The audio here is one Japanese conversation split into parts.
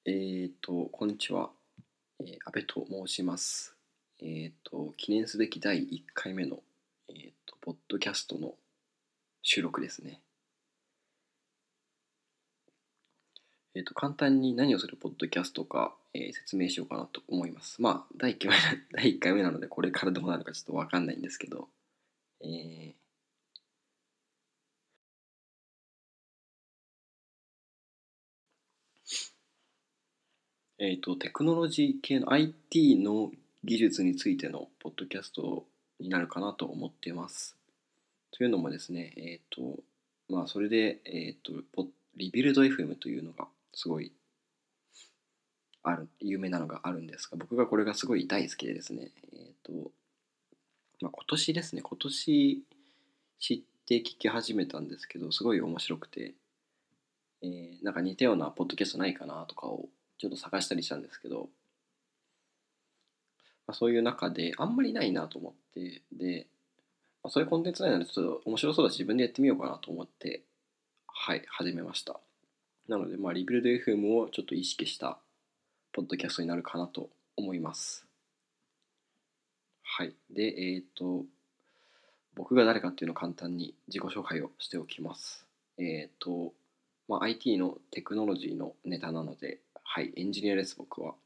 こんにちは。安倍と申します。記念すべき第1回目の、ポッドキャストの収録ですね。簡単に何をするポッドキャストか、説明しようかなと思います。まあ、第1回目第1回目なので、これからどうなるかちょっとわかんないんですけど、えーテクノロジー系の IT の技術についてのポッドキャストになるかなと思っています。というのもですね、それで、リビルド FM というのがすごい有名なのがあるんですが、僕がこれがすごい大好きでですね、今年ですね、今年知って聞き始めたんですけど、すごい面白くて、なんか似たようなポッドキャストないかなとかをちょっと探したりしたんですけど、そういう中であんまりないなと思って、で、そういうコンテンツないのでちょっと面白そうだし自分でやってみようかなと思って、はい、始めました。なので、リビルド FM をちょっと意識したポッドキャストになるかなと思います。はい。で、僕が誰かっていうのを簡単に自己紹介をしておきます。IT のテクノロジーのネタなので、はい、エンジニアです、僕は。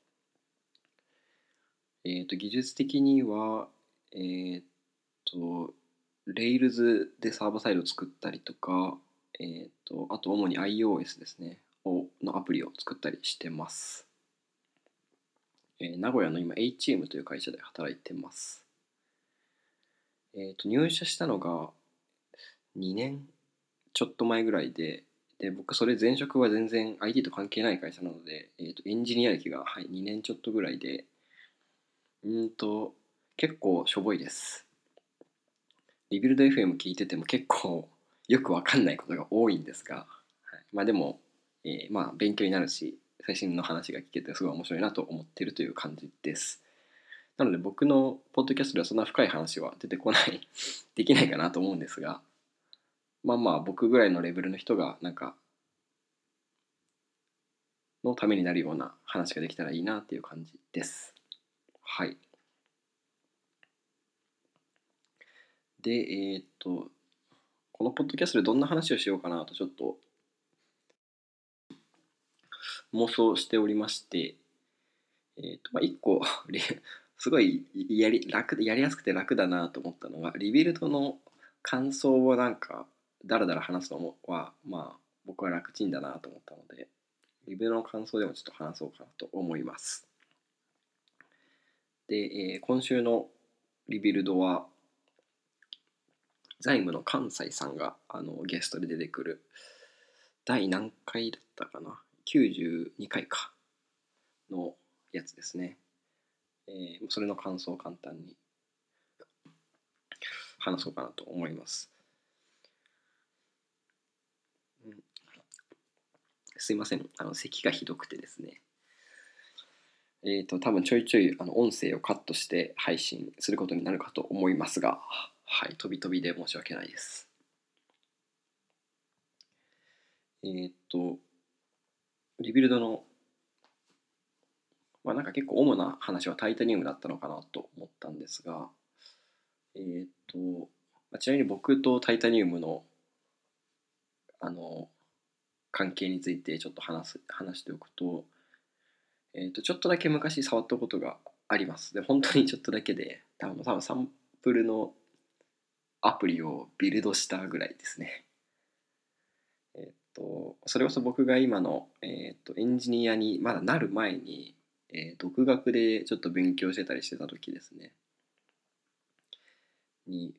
技術的には、えーっと、Rails でサーバーサイドを作ったりとか、あと主に iOS ですね、のアプリを作ったりしてます。名古屋の今 HM という会社で働いてます。入社したのが2年ちょっと前ぐらいで、僕それ前職は全然 IT と関係ない会社なので、エンジニア歴が、はい、2年ちょっとぐらいで、うーんと、結構しょぼいです。リビルド FM 聞いてても結構よくわかんないことが多いんですが、はい、でも、勉強になるし、最新の話が聞けてすごい面白いなと思っているという感じです。なので僕のポッドキャストではそんな深い話は出てこないできないかなと思うんですが、僕ぐらいのレベルの人がなんかのためになるような話ができたらいいなっていう感じです。はい。で、このポッドキャストでどんな話をしようかなとちょっと妄想しておりまして、一個すごいやりやすくて楽だなと思ったのが、リビルドの感想をなんかだらだら話すのは、僕は楽ちんだなと思ったので、リビルドの感想でもちょっと話そうかなと思います。で、今週のリビルドは財務の関西さんがゲストで出てくる第何回だったかな、92回かのやつですね。それの感想を簡単に話そうかなと思います。うん、すいません、咳がひどくてですね。多分ちょいちょい音声をカットして配信することになるかと思いますが、はい、飛び飛びで申し訳ないです。リビルドの、なんか結構主な話はタイタニウムだったのかなと思ったんですが、えーっと、ちなみに僕とタイタニウムのあの関係についてちょっと話しておくと、ちょっとだけ昔触ったことがあります。で、本当にちょっとだけで、多分サンプルのアプリをビルドしたぐらいですね。それこそ僕が今の、エンジニアにまだなる前に、独学でちょっと勉強してたりしてた時ですね。に、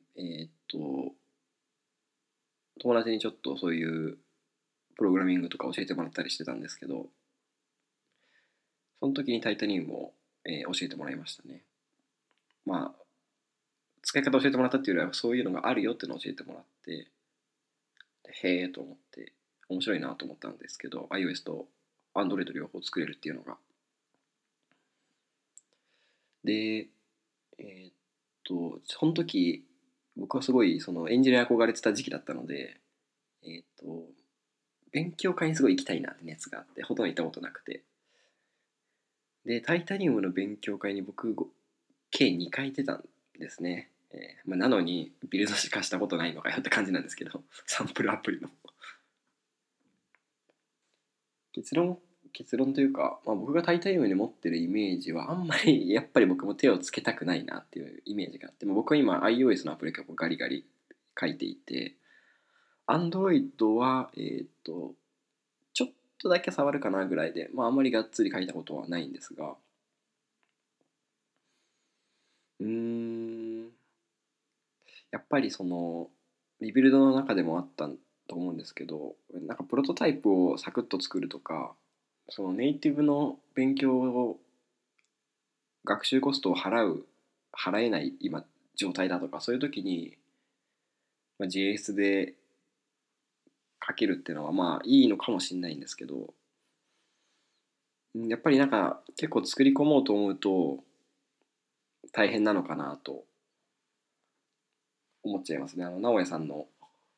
友達にちょっとそういうプログラミングとか教えてもらったりしてたんですけど、その時にタイタニウムを、教えてもらいましたね。まあ、使い方を教えてもらったっていうよりは、そういうのがあるよっていうのを教えてもらって、へえと思って、面白いなと思ったんですけど、iOS と Android 両方作れるっていうのが。で、その時、僕はすごいそのエンジニアに憧れてた時期だったので、えーっと、勉強会にすごい行きたいなって熱があって、ほとんど行ったことなくて。 でタイタニウムの勉強会に僕計2回出たんですね。なのにビルドしかしたことないのかよって感じなんですけど、サンプルアプリの結論結論というか、僕がタイタニウムに持ってるイメージはあんまりやっぱり僕も手をつけたくないなっていうイメージがあって、僕は今 iOS のアプリ結構ガリガリ書いていて、Android はちょっとだけ触るかなぐらいで、あんまりがっつり書いたことはないんですが、うーんやっぱりそのリビルドの中でもあったと思うんですけど、なんかプロトタイプをサクッと作るとか、そのネイティブの勉強を学習コストを払えない今状態だとか、そういう時に、JS で書けるっていうのはいいのかもしれないんですけど、やっぱりなんか結構作り込もうと思うと大変なのかなと思っちゃいますね。直江さんの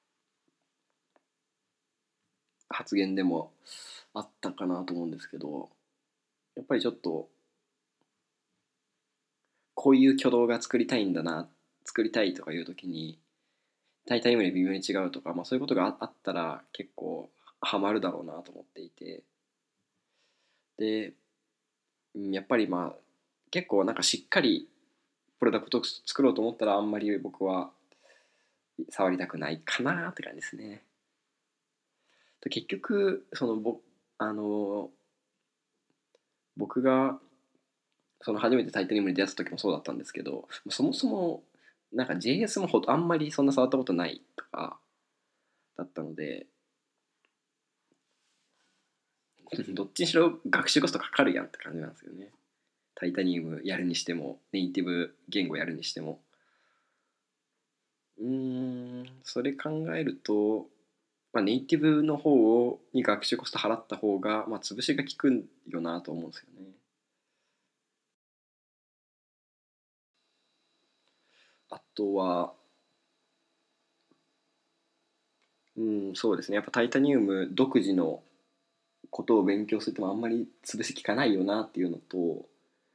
発言でもあったかなと思うんですけど、やっぱりちょっとこういう挙動が作りたいとかいう時にタイタニウムで微妙に違うとか、そういうことがあったら結構ハマるだろうなと思っていて、でやっぱり結構なんかしっかりプロダクトを作ろうと思ったらあんまり僕は触りたくないかなって感じですね。結局あの僕がその初めてタイタニウムに出会った時もそうだったんですけど、そもそもなんか JS もあんまりそんな触ったことないとかだったので、どっちにしろ学習コストかかるやんって感じなんですよね。タイタニウムやるにしてもネイティブ言語やるにしても、それ考えると、ネイティブの方に学習コスト払った方が、潰しが効くよなと思うんですよね。あとは、そうですね。やっぱタイタニウム独自のことを勉強するってもあんまり潰し効かないよなっていうのと、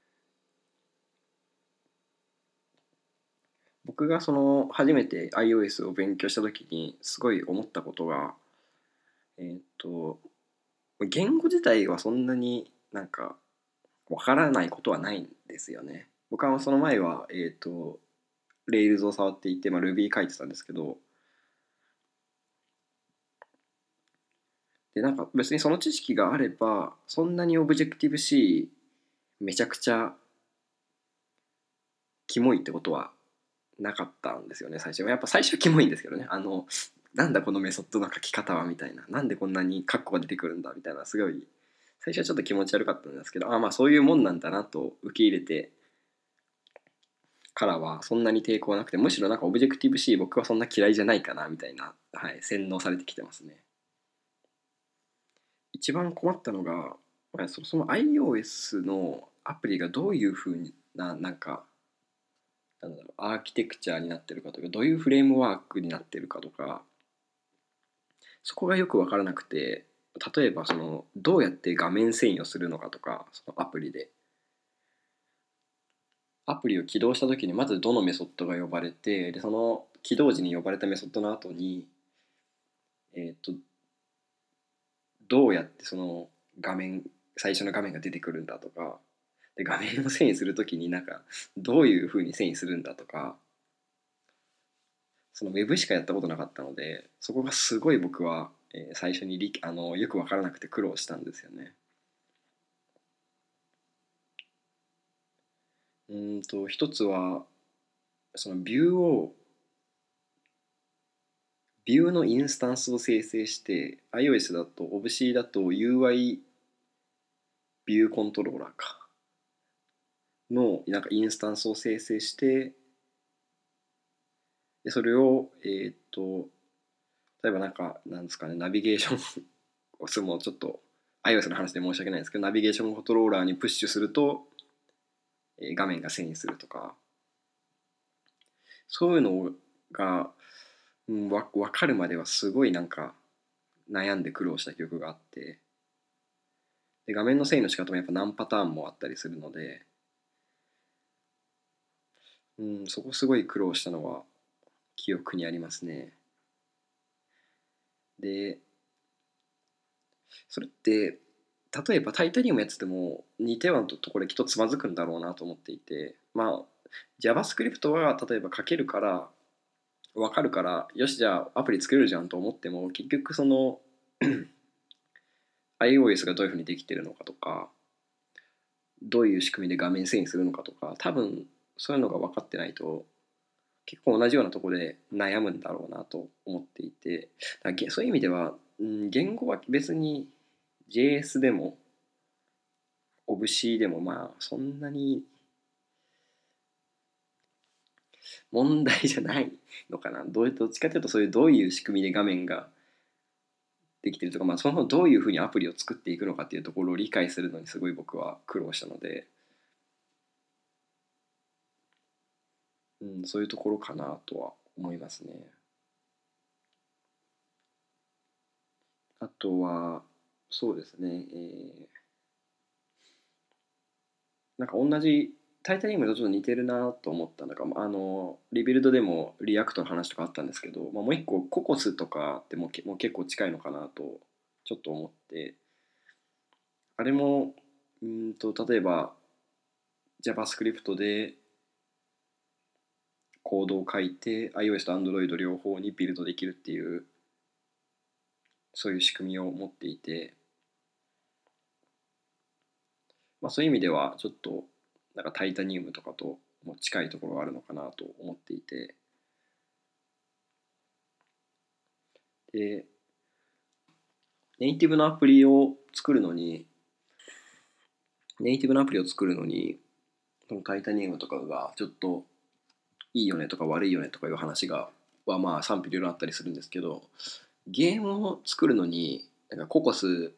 僕がその初めて iOS を勉強した時にすごい思ったことが、えーっと言語自体はそんなになんかわからないことはないんですよね。僕はその前は、Rails を触っていて、Ruby 書いてたんですけど、でなんか別にその知識があればそんなにオブジェクティブ C めちゃくちゃキモいってことはなかったんですよね。最初はやっぱ最初はキモいんですけどね、なんだこのメソッドの書き方はみたいな、なんでこんなにカッコが出てくるんだみたいな、すごい最初はちょっと気持ち悪かったんですけど、そういうもんなんだなと受け入れてからはそんなに抵抗なくて、むしろなんかオブジェクティブ C 僕はそんな嫌いじゃないかなみたいな、洗脳されてきてますね。一番困ったのが、その iOS のアプリがどういうふうな、なんかなんだろう、アーキテクチャになってるかとか、どういうフレームワークになってるかとか、そこがよく分からなくて、例えばそのどうやって画面遷移をするのかとか、そのアプリでアプリを起動した時にまずどのメソッドが呼ばれて、でその起動時に呼ばれたメソッドの後に、えー、とどうやってその最初の画面が出てくるんだとか、で画面を遷移する時になんかどういうふうに遷移するんだとか、そのウェブしかやったことなかったので、そこがすごい僕は、最初によく分からなくて苦労したんですよね。一つはそのビューのインスタンスを生成して、 iOS だと OBC だと UI ビューコントローラーかのなんかインスタンスを生成して、でそれを例えばなんですかね、ナビゲーションそれもちょっと iOS の話で申し訳ないんですけど、ナビゲーションコントローラーにプッシュすると、画面が遷移するとか、そういうのが、分かるまではすごいなんか悩んで苦労した記憶があって、 で画面の遷移の仕方もやっぱ何パターンもあったりするので、そこすごい苦労したのは記憶にありますね。で、それって例えばタイタニウムやってても似たようなところできっとつまずくんだろうなと思っていて、まあ JavaScript は例えば書けるから分かるからよしじゃあアプリ作れるじゃんと思っても、結局そのiOS がどういうふうにできてるのかとか、どういう仕組みで画面遷移するのかとか、多分そういうのが分かってないと結構同じようなところで悩むんだろうなと思っていて、そういう意味では、言語は別に JS でも OBC でもまあそんなに問題じゃないのかな。どっちかというとそういうどういう仕組みで画面ができてるとか、まあ、そのどういうふうにアプリを作っていくのかっていうところを理解するのにすごい僕は苦労したので、そういうところかなとは思いますね。あとはそうですね、なんか同じタイタニウムとちょっと似てるなと思ったのが、リビルドでもリアクトの話とかあったんですけど、もう一個ココスとかってもう結構近いのかなとちょっと思って、あれも例えば JavaScript でコードを書いて iOS と Android 両方にビルドできるっていう、そういう仕組みを持っていて、そういう意味ではちょっとなんかタイタニウムとかとも近いところがあるのかなと思っていて、でネイティブのアプリを作るのにネイティブのアプリを作るのにそのタイタニウムとかがちょっといいよねとか悪いよねとかいう話がまあ賛否両論あったりするんですけど、ゲームを作るのになんかココス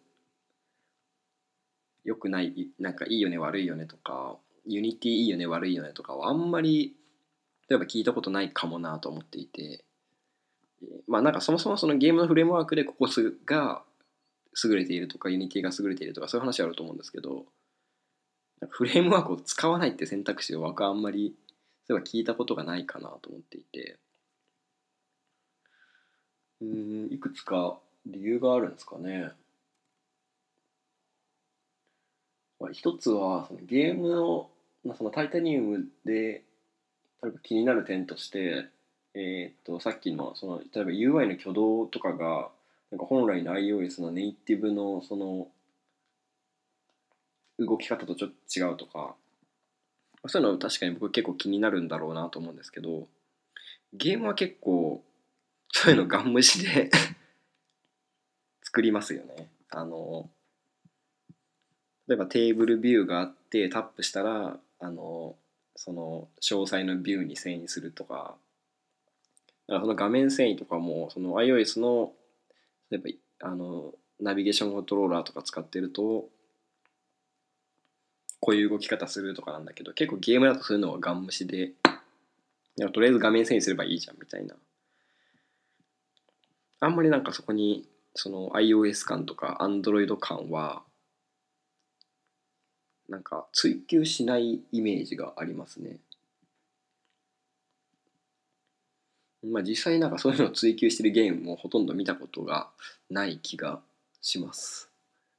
良くない、なんかいいよね悪いよねとか、ユニティいいよね悪いよねとかはあんまり例えば聞いたことないかもなと思っていて、なんかそもそもそのゲームのフレームワークでココスが優れているとかユニティが優れているとかそういう話あると思うんですけど、フレームワークを使わないって選択肢を僕はあんまりそういえば聞いたことがないかなと思っていて、いくつか理由があるんですかね。一つはそのゲームの、そのタイタニウムで例えば気になる点として、さっきのその例えば UI の挙動とかがなんか本来の iOS のネイティブのその動き方とちょっと違うとか、そういうの確かに僕結構気になるんだろうなと思うんですけど、ゲームは結構そういうのガン無視で作りますよね。例えばテーブルビューがあってタップしたらその詳細のビューに遷移するとか、だからその画面遷移とかもその iOS の例えばナビゲーションコントローラーとか使ってるとこういう動き方するとかなんだけど、結構ゲームだとそういうのはガン無視で、とりあえず画面遷移すればいいじゃんみたいな、あんまりなんかそこにその iOS 感とか Android 感はなんか追求しないイメージがありますね。実際なんかそういうのを追求してるゲームもほとんど見たことがない気がします。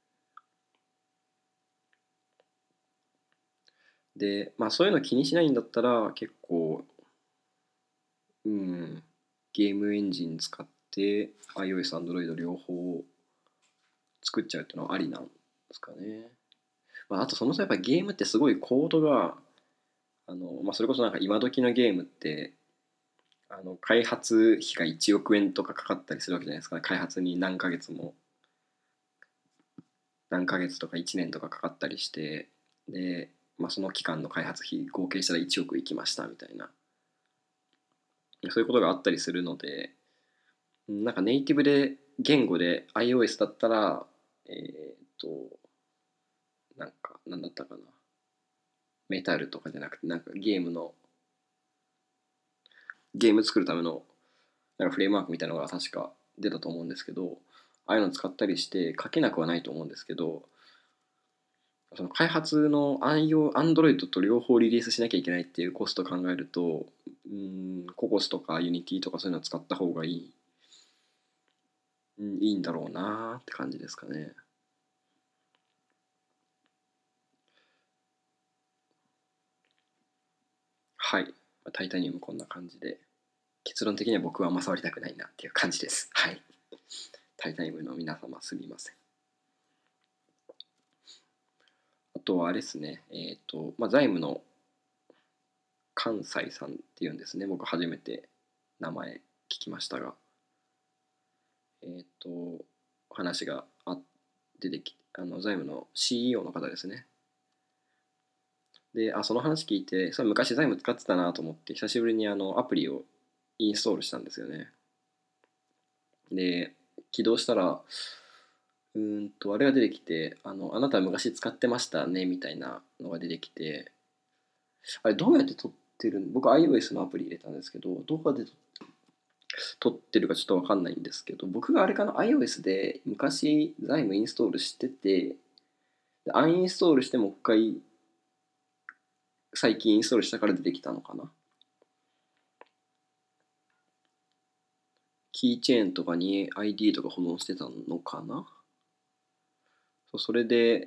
で、そういうの気にしないんだったら結構、うん、ゲームエンジン使って iOS、Android 両方作っちゃうっていうのはありなんですかね。あとそもそもやっぱゲームってすごいコードがそれこそなんか今時のゲームって開発費が1億円とかかかったりするわけじゃないですか、開発に何ヶ月とか1年とかかかったりして、で、その期間の開発費合計したら1億いきましたみたいな、そういうことがあったりするので、なんかネイティブで言語で iOS だったらなんか何だったかな、メタルとかじゃなくてなんかゲーム作るためのなんかフレームワークみたいなのが確か出たと思うんですけど、ああいうの使ったりして書けなくはないと思うんですけど、 その開発のAndroid と両方リリースしなきゃいけないっていうコストを考えると、ココスとか Unity とかそういうのを使った方がいいんだろうなって感じですかね。はい。タイタニウムこんな感じで。結論的には僕はあんま触りたくないなっていう感じです。はい。タイタニウムの皆様すみません。あとはあれですね。財務の関西さんっていうんですね。僕初めて名前聞きましたが、話が出てき財務の CEO の方ですね。で、その話聞いて、それ昔財務使ってたなと思って、久しぶりにアプリをインストールしたんですよね。で、起動したら、あれが出てきて、あなたは昔使ってましたね、みたいなのが出てきて、あれどうやって撮ってる僕 iOS のアプリ入れたんですけど、どうやって撮ってるかちょっとわかんないんですけど、僕があれかな、iOS で昔財務インストールしてて、でアンインストールしてもう一回最近インストールしたから出てきたのかな。キーチェーンとかに ID とか保存してたのかな。それで、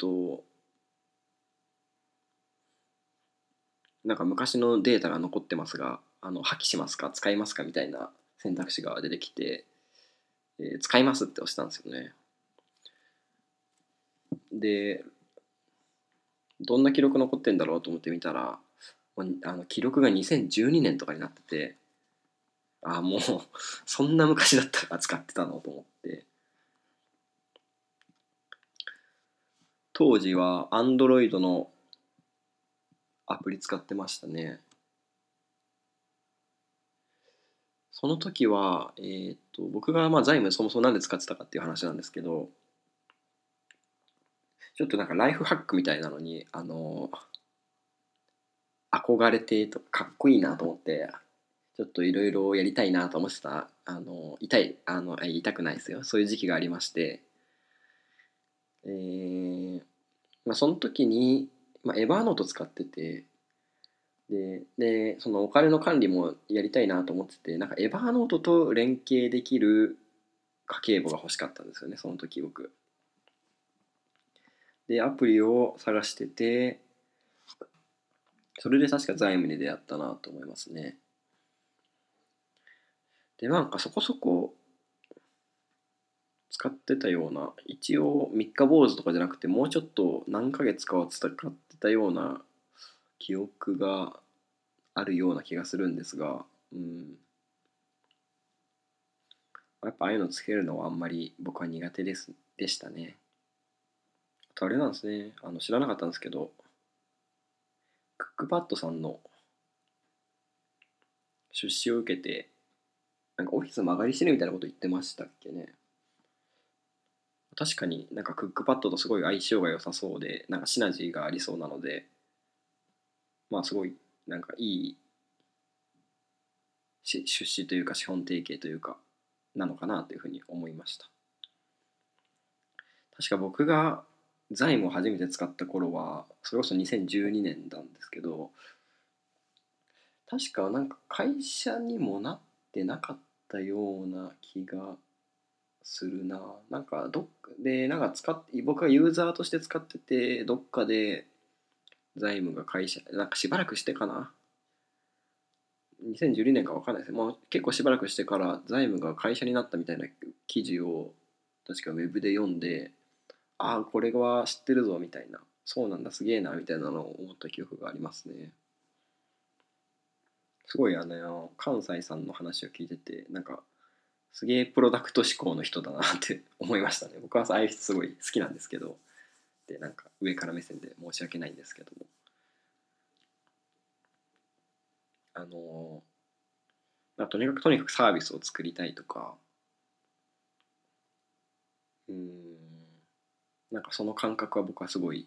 なんか昔のデータが残ってますが、破棄しますか使いますかみたいな選択肢が出てきて、使いますって押したんですよね。で、どんな記録残ってんだろうと思ってみたら、記録が2012年とかになってて、もうそんな昔だったから使ってたのと思って、当時は Android のアプリ使ってましたね。その時は、僕が財務そもそもなんで使ってたかっていう話なんですけど、ちょっとなんかライフハックみたいなのに、憧れてとかかっこいいなと思って、ちょっといろいろやりたいなと思ってた、痛くないですよ。そういう時期がありまして、えその時に、エバーノート使ってて、そのお金の管理もやりたいなと思ってて、なんかエバーノートと連携できる家計簿が欲しかったんですよね、その時僕。で、アプリを探してて、それで確か財務に出会ったなと思いますね。で、なんかそこそこ使ってたような、一応三日坊主とかじゃなくて、もうちょっと何ヶ月かは使ってたような記憶があるような気がするんですが、やっぱああいうのつけるのはあんまり僕は苦手でしたね。あとあれなんですね、知らなかったんですけど、クックパッドさんの出資を受けて、なんかオフィス間借りしてるみたいなこと言ってましたっけね。確かになんかクックパッドとすごい相性が良さそうで、なんかシナジーがありそうなので、すごいなんかいい出資というか資本提携というかなのかなというふうに思いました。確か僕が財務を初めて使った頃はそれこそ2012年なんですけど、確かなんか会社にもなってなかったような気がするな。なんかどっかでなんか僕がユーザーとして使ってて、どっかで財務が会社なんかしばらくしてかな、2012年か分かんないですね。もう結構しばらくしてから財務が会社になったみたいな記事を確かウェブで読んで、これは知ってるぞみたいな、そうなんだすげえなみたいなのを思った記憶がありますね。すごい関西さんの話を聞いてて、なんかすげえプロダクト志向の人だなって思いましたね。僕はああいう人すごい好きなんですけど、でなんか上から目線で申し訳ないんですけども、あのとにかくサービスを作りたいとか、うーんなんかその感覚は僕はすごい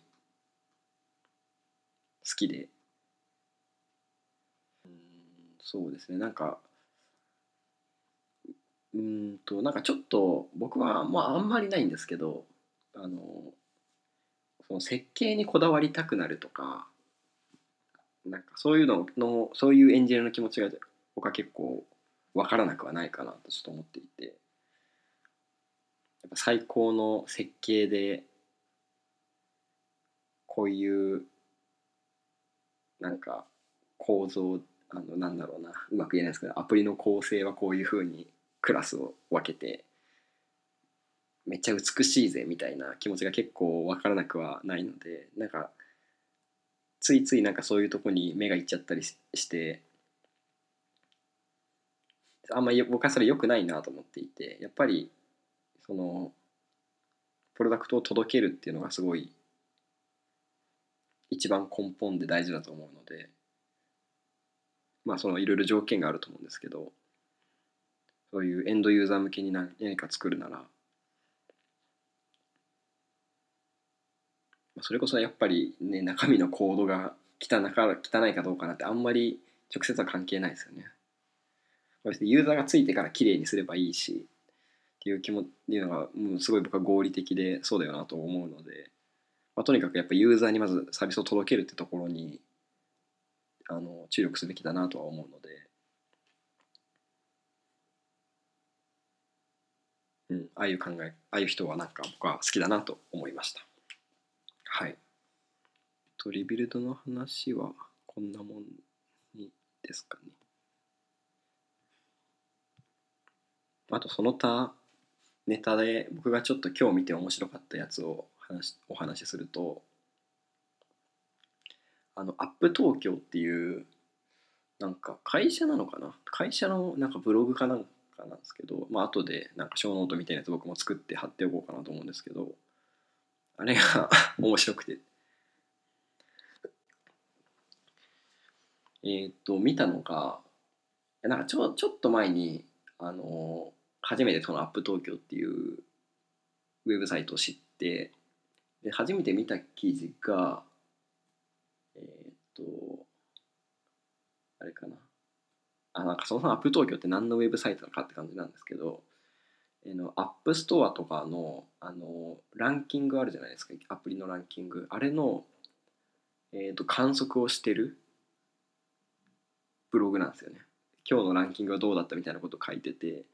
好きで、そうですね、なんかなんかちょっと僕はあんまりないんですけど、あのその設計にこだわりたくなるとか、なんかそういうののそういうエンジニアの気持ちが僕は結構分からなくはないかなとちょっと思っていて、やっぱ最高の設計でこういうなんか構造、なんだろうな、うまく言えないですけど、アプリの構成はこういうふうにクラスを分けてめっちゃ美しいぜみたいな気持ちが結構分からなくはないので、なんかついついなんかそういうとこに目がいっちゃったりして、あんまり僕はそれ良くないなと思っていて、やっぱりそのプロダクトを届けるっていうのがすごい一番根本で大事だと思うので、まあそのいろいろ条件があると思うんですけど、そういうエンドユーザー向けに何か作るなら、それこそやっぱりね、中身のコードが汚いかどうかなんてあんまり直接は関係ないですよね。ユーザーがついてから綺麗にすればいいしっていうっていうのがもうすごい僕は合理的でそうだよなと思うので、とにかくやっぱユーザーにまずサービスを届けるってところに注力すべきだなとは思うので、ああいうああいう人はなんか僕は好きだなと思いました。はい。リビルドの話はこんなもんにですかね。あとその他ネタで僕がちょっと今日見て面白かったやつをお話しすると、アップ東京っていうなんか会社なのかな、会社のなんかブログかなんかなんですけど、後でなんか小ノートみたいなやつ僕も作って貼っておこうかなと思うんですけど、あれが面白くて、見たのが、なんかちょっと前に初めてそのアップ東京っていうウェブサイトを知って、で初めて見た記事がえーっとあれかな、なんかそのアップ東京って何のウェブサイトなのかって感じなんですけど、アップストアとかのランキングあるじゃないですか、アプリのランキング、あれの、観測をしてるブログなんですよね。今日のランキングはどうだったみたいなことを書いてて、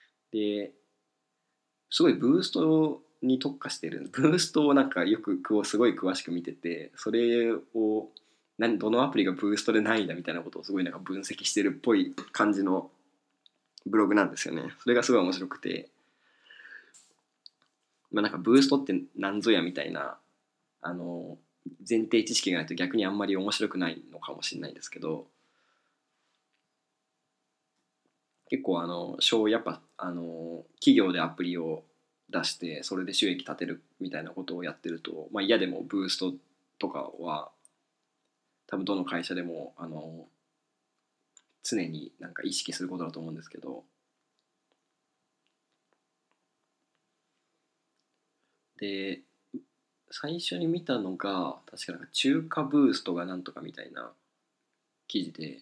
ですごいブーストに特化してる、ブーストをなんかよくすごい詳しく見てて、それをどのアプリがブーストで何位だみたいなことをすごいなんか分析してるっぽい感じのブログなんですよね。それがすごい面白くて、なんかブーストって何ぞやみたいなあの前提知識がないと逆にあんまり面白くないのかもしれないんですけど、結構やっぱ企業でアプリを出してそれで収益立てるみたいなことをやってると、嫌でもブーストとかは多分どの会社でも常になんか意識することだと思うんですけど、で最初に見たのが確かなんか中華ブーストがなんとかみたいな記事で、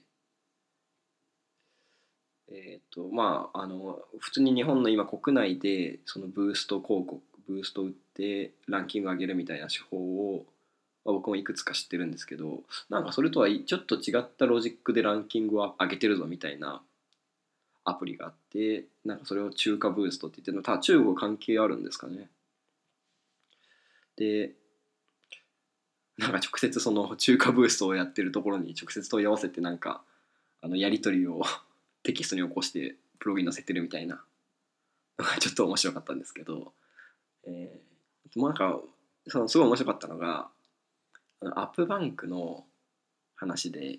普通に日本の今国内でそのブーストを打ってランキング上げるみたいな手法を、僕もいくつか知ってるんですけど、なんかそれとはちょっと違ったロジックでランキングを上げてるぞみたいなアプリがあって、なんかそれを中華ブーストって言ってるの、ただ中国関係あるんですかね。でなんか直接その中華ブーストをやってるところに直接問い合わせて、なんかやり取りをテキストに起こしてブログに載せてるみたいなのがちょっと面白かったんですけど、もうなんかすごい面白かったのがアップバンクの話で、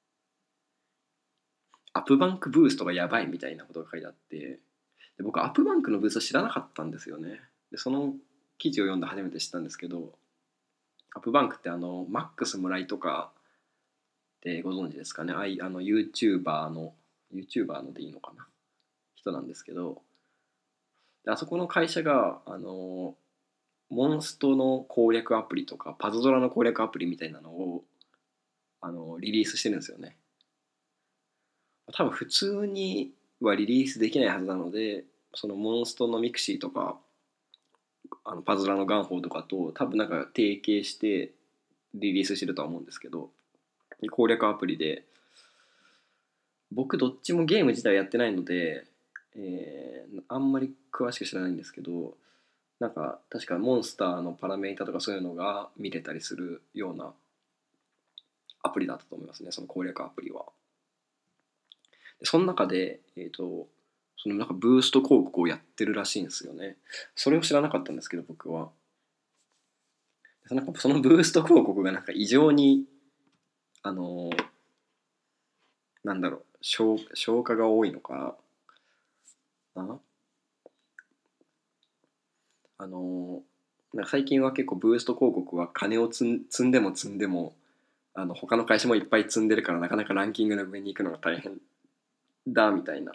アップバンクブーストがやばいみたいなことが書いてあって、で僕アップバンクのブースト知らなかったんですよね。でその記事を読んで初めて知ったんですけど、アップバンクってマックス村井とかってご存知ですかね。YouTuber のでいいのかな、人なんですけど、であそこの会社がモンストの攻略アプリとかパズドラの攻略アプリみたいなのをリリースしてるんですよね。多分普通にはリリースできないはずなので、そのモンストのミクシーとかパズドラの元宝とかと多分なんか提携してリリースしてるとは思うんですけど、攻略アプリで、僕どっちもゲーム自体やってないので、あんまり詳しく知らないんですけど、なんか確かモンスターのパラメータとかそういうのが見れたりするようなアプリだったと思いますね、その攻略アプリは。でその中で、そのなんかブースト広告をやってるらしいんですよね。それを知らなかったんですけど、僕は。なんかそのブースト広告がなんか異常に、あのーなんだろう、消化が多いのかな。あのなんか最近は結構ブースト広告は金を積んでも積んでも他の会社もいっぱい積んでるからなかなかランキングの上に行くのが大変だみたいな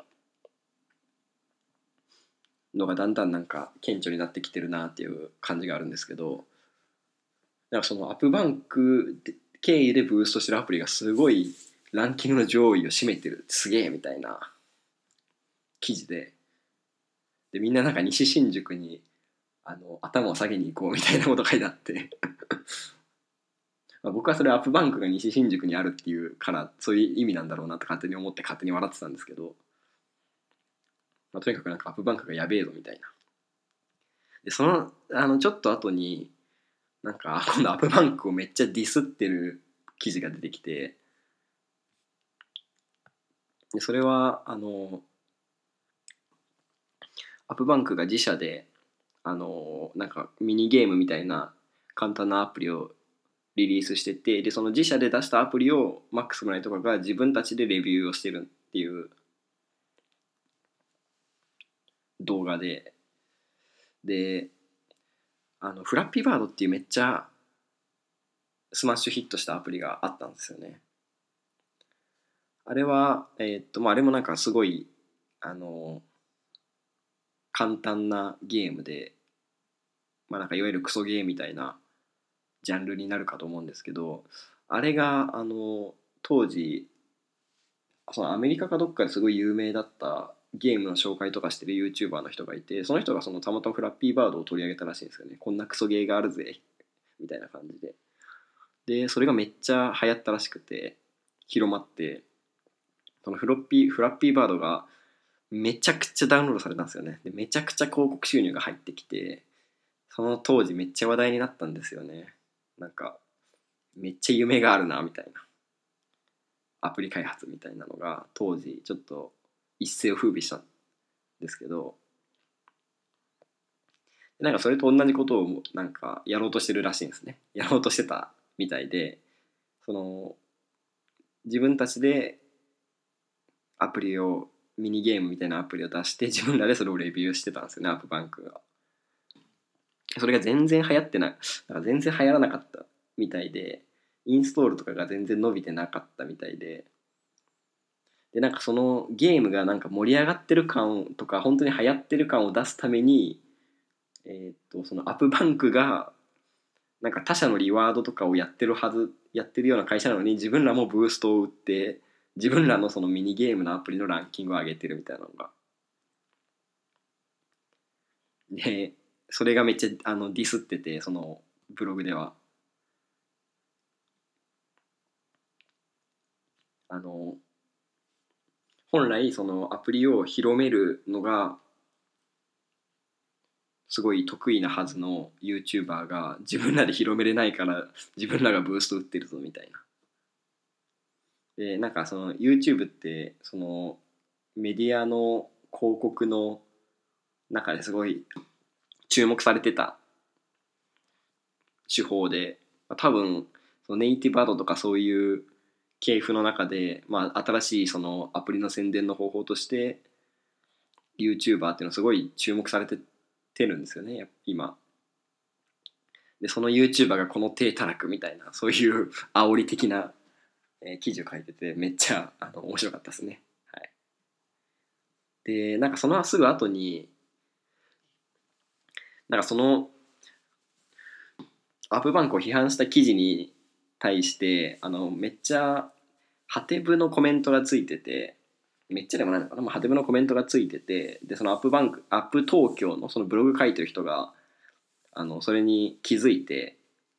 のがだんだんなんか顕著になってきてるなっていう感じがあるんですけど、なんかそのアップバンク経由でブーストしてるアプリがすごいランキングの上位を占めてるすげえみたいな記事でみんななんか西新宿に頭を下げに行こうみたいなこと書いてあってまあ僕はそれアップバンクが西新宿にあるっていうからそういう意味なんだろうなと勝手に思って勝手に笑ってたんですけど、まあ、とにかくなんかアップバンクがやべえぞみたいな。でそのちょっと後になんか今度アップバンクをめっちゃディスってる記事が出てきて、でそれはアップバンクが自社でなんかミニゲームみたいな簡単なアプリをリリースしてて、でその自社で出したアプリをマックス村井とかが自分たちでレビューをしてるっていう動画でフラッピーバードっていうめっちゃスマッシュヒットしたアプリがあったんですよね。あれはまああれもなんかすごい簡単なゲームで、まあなんかいわゆるクソゲーみたいなジャンルになるかと思うんですけど、あれが当時そのアメリカかどっかですごい有名だったゲームの紹介とかしてる YouTuber の人がいて、その人がそのたまたまフラッピーバードを取り上げたらしいんですよね。こんなクソゲーがあるぜみたいな感じでそれがめっちゃ流行ったらしくて広まって、そのフラッピーバードがめちゃくちゃダウンロードされたんですよね。でめちゃくちゃ広告収入が入ってきて、その当時めっちゃ話題になったんですよね。なんかめっちゃ夢があるなみたいなアプリ開発みたいなのが当時ちょっと一世を風靡したんですけど、なんかそれと同じことをなんかやろうとしてるらしいんですね。やろうとしてたみたいで、その自分たちでアプリをミニゲームみたいなアプリを出して自分らでそれをレビューしてたんですよね、アップバンクが。それが全然流行ってない、だから全然流行らなかったみたいで、インストールとかが全然伸びてなかったみたいでなんかそのゲームがなんか盛り上がってる感とか本当に流行ってる感を出すために、そのアップバンクがなんか他社のリワードとかをやってるような会社なのに自分らもブーストを打って自分らのそのミニゲームのアプリのランキングを上げてるみたいなのが、でそれがめっちゃディスってて、そのブログではあの本来そのアプリを広めるのがすごい得意なはずの YouTuber が自分らで広めれないから自分らがブースト打ってるぞみたいな。でなんかその YouTube ってそのメディアの広告の中ですごい注目されてた手法で、多分そのネイティブアドとかそういう系譜の中で、まあ、新しいそのアプリの宣伝の方法として YouTuber っていうのはすごい注目されてるんですよね今。でその YouTuber がこの手たらくみたいなそういう煽り的な、記事を書いててめっちゃ面白かったですね。はい、でなんかそのすぐ後になんかそのアップバンクを批判した記事に対してめっちゃハテブのコメントがついてて、めっちゃでもないのかな、まあ、ハテブのコメントがついてて、でそのアップ東京のそのブログ書いてる人がそれに気づいて、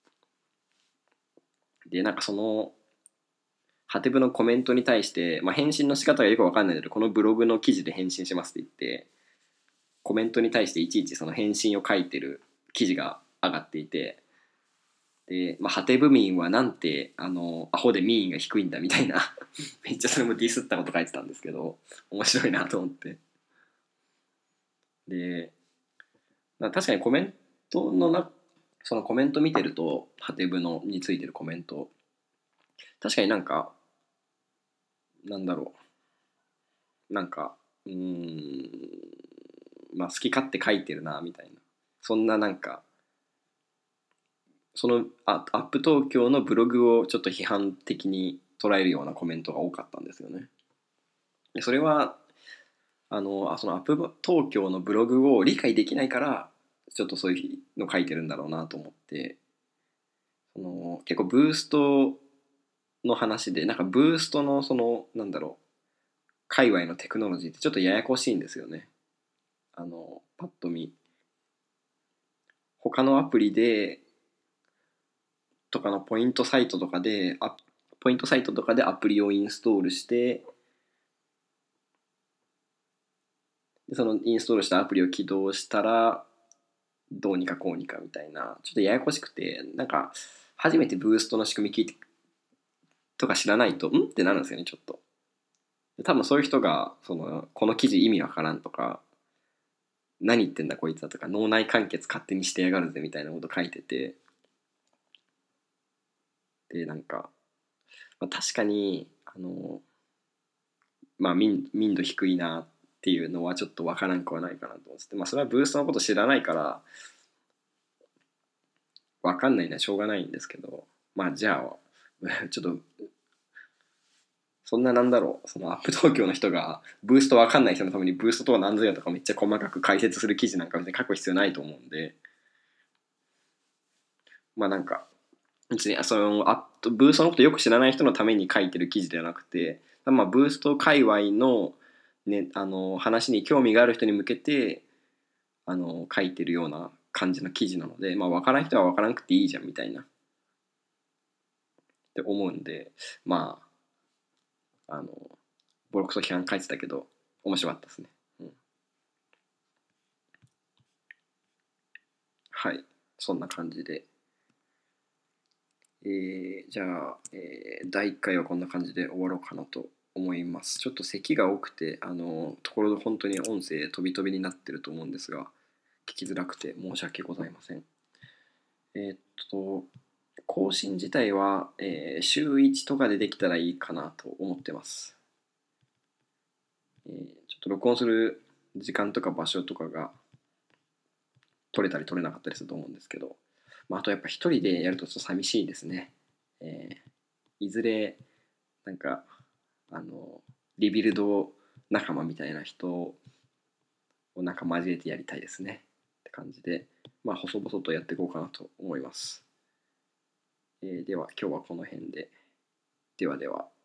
でなんかそのハテブのコメントに対して、返信の仕方がよく分かんないので、このブログの記事で返信しますって言って、コメントに対していちいちその返信を書いてる記事が上がっていて、で、ハテブ民はなんてアホで民意が低いんだみたいなめっちゃそれもディスったこと書いてたんですけど、面白いなと思って。で確かにコメントのそのコメント見てると、ハテブのについてるコメント、確かになんかなんだろなんかうーん好き勝手書いてるなみたいな、そんななんかそのアップ東京のブログをちょっと批判的に捉えるようなコメントが多かったんですよね。でそれはそのアップ東京のブログを理解できないからちょっとそういうの書いてるんだろうなと思って、結構ブーストの話で、なんかブーストのその界隈のテクノロジーってちょっとややこしいんですよね。パッと見他のアプリでとかのポイントサイトとかでアプリをインストールして、でそのインストールしたアプリを起動したらどうにかこうにかみたいな、ちょっとややこしくて、なんか初めてブーストの仕組み聞いてとか知らないとってなるんですよね、ちょっと。多分そういう人がこの記事意味わからんとか、何言ってんだこいつだとか、脳内完結勝手にしてやがるぜみたいなこと書いてて、でなんか、確かに民度低いなっていうのはちょっとわからんくはないかなと思ってて、それはブーストのこと知らないからわかんないのはしょうがないんですけど、じゃあちょっとそんなそのアップ東京の人がブーストわかんない人のためにブーストとは何ぞやとかめっちゃ細かく解説する記事なんか別に書く必要ないと思うんで、なんか別にそのブーストのことよく知らない人のために書いてる記事ではなくて、ブースト界隈の、ね、話に興味がある人に向けて書いてるような感じの記事なので、分からん人は分からなくていいじゃんみたいなって思うんで、ボロクソ批判書いてたけど面白かったですね。はい、そんな感じで、じゃあ、第1回はこんな感じで終わろうかなと思います。ちょっと咳が多くてところど本当に音声飛び飛びになってると思うんですが、聞きづらくて申し訳ございません。えーっと更新自体は、週1とかでできたらいいかなと思ってます。ちょっと録音する時間とか場所とかが取れたり取れなかったりすると思うんですけど、あとやっぱ一人でやるとちょっと寂しいですね。いずれなんかリビルド仲間みたいな人をなんか交えてやりたいですねって感じで、細々とやっていこうかなと思います。では今日はこの辺で。ではでは。